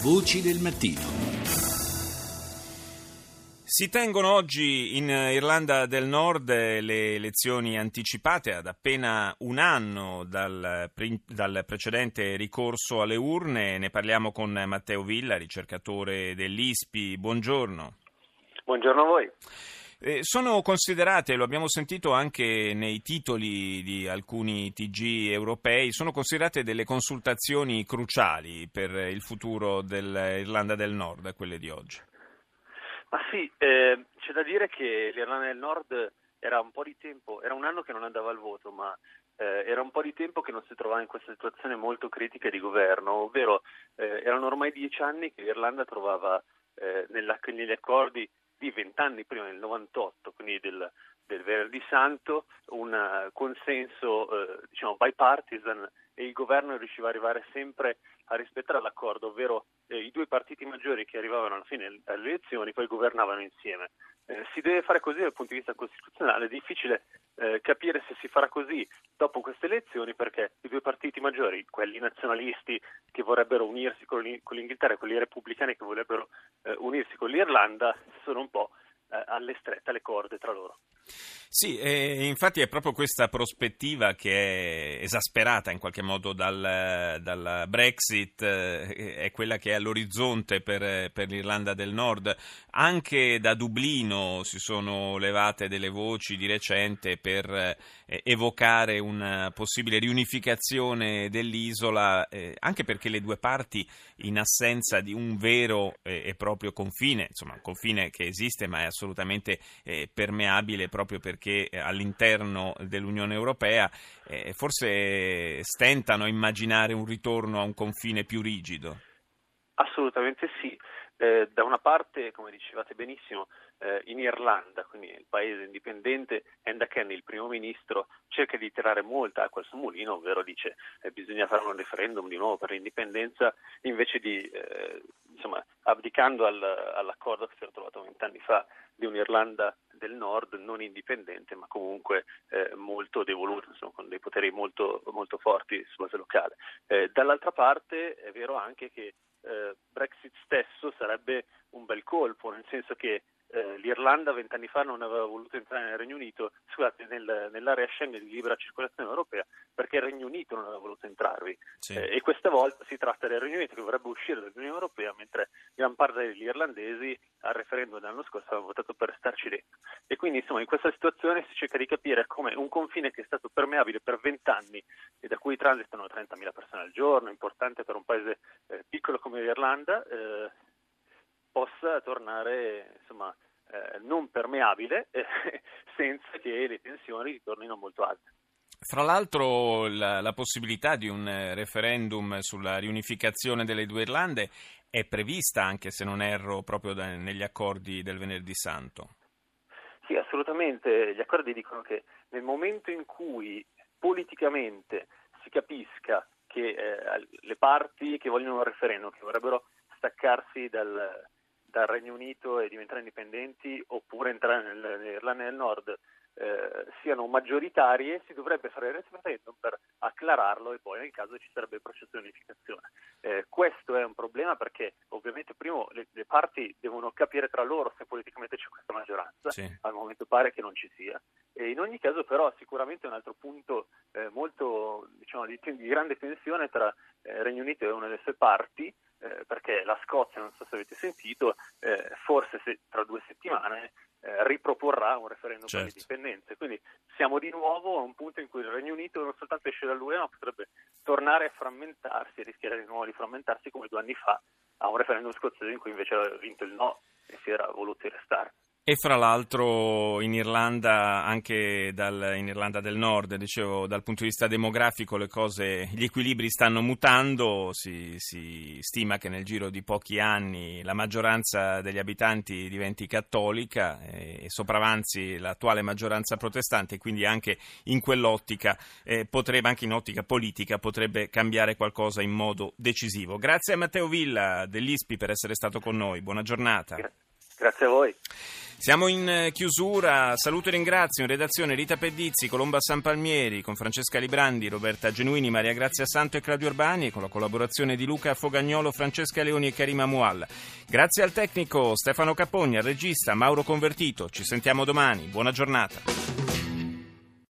Voci del mattino. Si tengono oggi in Irlanda del Nord le elezioni anticipate ad appena un anno dal precedente ricorso alle urne. Ne parliamo con Matteo Villa, ricercatore dell'ISPI. Buongiorno. Buongiorno a voi. Sono considerate, lo abbiamo sentito anche nei titoli di alcuni TG europei, sono considerate delle consultazioni cruciali per il futuro dell'Irlanda del Nord, quelle di oggi. Ma sì, c'è da dire che l'Irlanda del Nord era un po' di tempo, era un anno che non andava al voto, ma era un po' di tempo che non si trovava in questa situazione molto critica di governo, ovvero erano ormai 10 anni che l'Irlanda trovava negli accordi di 20 anni prima, nel 98, quindi del Venerdì Santo, un consenso bipartisan, e il governo riusciva ad arrivare sempre a rispettare l'accordo, ovvero i due partiti maggiori che arrivavano alla fine alle elezioni poi governavano insieme. Si deve fare così dal punto di vista costituzionale, è difficile capire se si farà così dopo queste elezioni, perché i due partiti maggiori, quelli nazionalisti che vorrebbero unirsi con l'Inghilterra e quelli repubblicani che vorrebbero unirsi con l'Irlanda, sono un po' alle strette, alle corde tra loro. Sì, infatti è proprio questa prospettiva che è esasperata in qualche modo dal Brexit, è quella che è all'orizzonte per l'Irlanda del Nord. Anche da Dublino si sono levate delle voci di recente per evocare una possibile riunificazione dell'isola, anche perché le due parti, in assenza di un vero e proprio confine, insomma un confine che esiste ma è assolutamente permeabile proprio perché all'interno dell'Unione Europea forse stentano a immaginare un ritorno a un confine più rigido. Assolutamente sì. Da una parte, come dicevate benissimo, in Irlanda, quindi il paese indipendente, Enda Kenny, il primo ministro, cerca di tirare molta acqua al suo mulino, ovvero dice bisogna fare un referendum di nuovo per l'indipendenza, invece di abdicando all'accordo che si era trovato 20 anni fa di un'Irlanda del Nord non indipendente, ma comunque molto devoluta, con dei poteri molto, molto forti su base locale. Dall'altra parte è vero anche che Brexit stesso sarebbe un bel colpo, nel senso che l'Irlanda 20 anni fa non aveva voluto entrare nel Regno Unito, nell'area Schengen di libera circolazione europea, perché il Regno Unito non aveva voluto entrarvi. Sì. E questa volta si tratta del Regno Unito che vorrebbe uscire dall'Unione Europea, mentre gran parte degli irlandesi al referendum dell'anno scorso avevano votato per restarci dentro. E quindi in questa situazione si cerca di capire come un confine che è stato permeabile per 20 anni e da cui transitano 30.000 persone al giorno, importante per un paese piccolo come l'Irlanda, possa tornare non permeabile senza che le tensioni tornino molto alte. Fra l'altro la possibilità di un referendum sulla riunificazione delle due Irlande è prevista, anche se non erro, proprio negli accordi del Venerdì Santo. Sì, assolutamente. Gli accordi dicono che nel momento in cui politicamente si capisca che le parti che vogliono un referendum, che vorrebbero staccarsi dal Regno Unito e diventare indipendenti oppure entrare nell'Irlanda del Nord, siano maggioritarie, si dovrebbe fare il referendum per acclararlo e poi nel caso ci sarebbe il processo di unificazione. Questo è un problema perché ovviamente prima le parti devono capire tra loro se politicamente c'è questa maggioranza. Sì. Al momento pare che non ci sia. E in ogni caso però sicuramente un altro punto molto di grande tensione tra Regno Unito e una delle sue parti, perché la Scozia, non so se avete sentito, forse tra 2 settimane riproporrà un referendum per l'indipendenza. Quindi siamo di nuovo a un punto in cui il Regno Unito non soltanto esce dall'UE, ma potrebbe tornare a frammentarsi e rischiare di nuovo di frammentarsi come 2 anni fa a un referendum scozzese in cui invece aveva vinto il no e si era voluto restare. E fra l'altro in Irlanda, anche in Irlanda del Nord, dicevo, dal punto di vista demografico gli equilibri stanno mutando, si stima che nel giro di pochi anni la maggioranza degli abitanti diventi cattolica e sopravanzi l'attuale maggioranza protestante, quindi anche in quell'ottica anche in ottica politica potrebbe cambiare qualcosa in modo decisivo. Grazie a Matteo Villa dell'ISPI per essere stato con noi, buona giornata. Grazie a voi. Siamo in chiusura, saluto e ringrazio in redazione Rita Pedizzi, Colomba Sanpalmieri, con Francesca Librandi, Roberta Genuini, Maria Grazia Santo e Claudio Urbani, e con la collaborazione di Luca Fogagnolo, Francesca Leoni e Karima Mualla. Grazie al tecnico Stefano Capogni, al regista Mauro Convertito. Ci sentiamo domani. Buona giornata.